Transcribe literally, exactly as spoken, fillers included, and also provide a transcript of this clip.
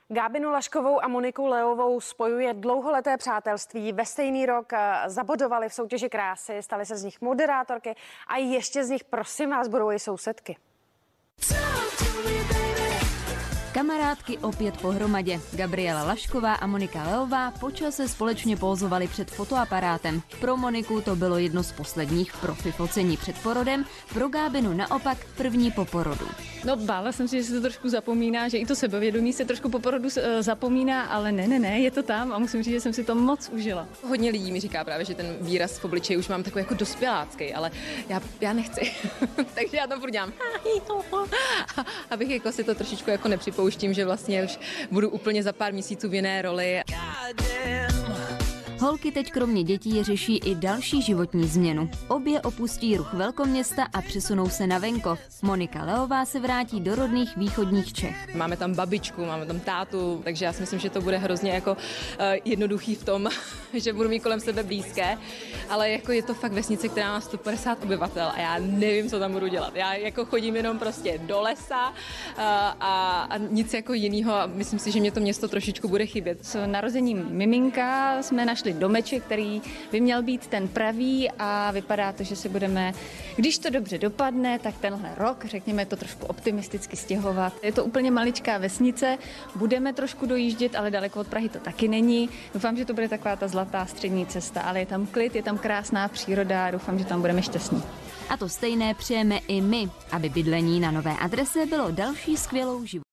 Gábinu Laškovou a Moniku Leovou spojuje dlouholeté přátelství. Ve stejný rok zabodovali v soutěži krásy, staly se z nich moderátorky a ještě z nich, prosím vás, budou i sousedky. Kamarádky opět pohromadě. Gabriela Lašková a Monika Leová po čase společně pózovali před fotoaparátem. Pro Moniku to bylo jedno z posledních profi focení před porodem, pro Gábinu naopak první po porodu. No, bála jsem si, že se to trošku zapomíná, že i to sebevědomí se trošku po porodu zapomíná, ale ne, ne, ne, je to tam a musím říct, že jsem si to moc užila. Hodně lidí mi říká právě, že ten výraz v obličeji už mám takový jako dospělácký, ale já, já nechci. Takže já tam furt dělám, abych jako si to trošičku jako nepřipouštím, že vlastně už budu úplně za pár měsíců v jiné roli. Holky teď kromě dětí řeší i další životní změnu. Obě opustí ruch velkoměsta a přesunou se na venkov. Monika Leová se vrátí do rodných východních Čech. Máme tam babičku, máme tam tátu, takže já si myslím, že to bude hrozně jako uh, jednoduchý v tom, že budu mít kolem sebe blízké, ale jako je to fakt vesnice, která má sto padesát obyvatel a já nevím, co tam budu dělat. Já jako chodím jenom prostě do lesa uh, a, a nic jako jinýho a myslím si, že mě to město trošičku bude chybět. S narozením miminka jsme našli domeček, který by měl být ten pravý a vypadá to, že si budeme, když to dobře dopadne, tak tenhle rok, řekněme, to trošku optimisticky stěhovat. Je to úplně maličká vesnice, budeme trošku dojíždět, ale daleko od Prahy to taky není. Doufám, že to bude taková ta zlatá střední cesta, ale je tam klid, je tam krásná příroda a doufám, že tam budeme šťastní. A to stejné přejeme i my, aby bydlení na nové adrese bylo další skvělou život.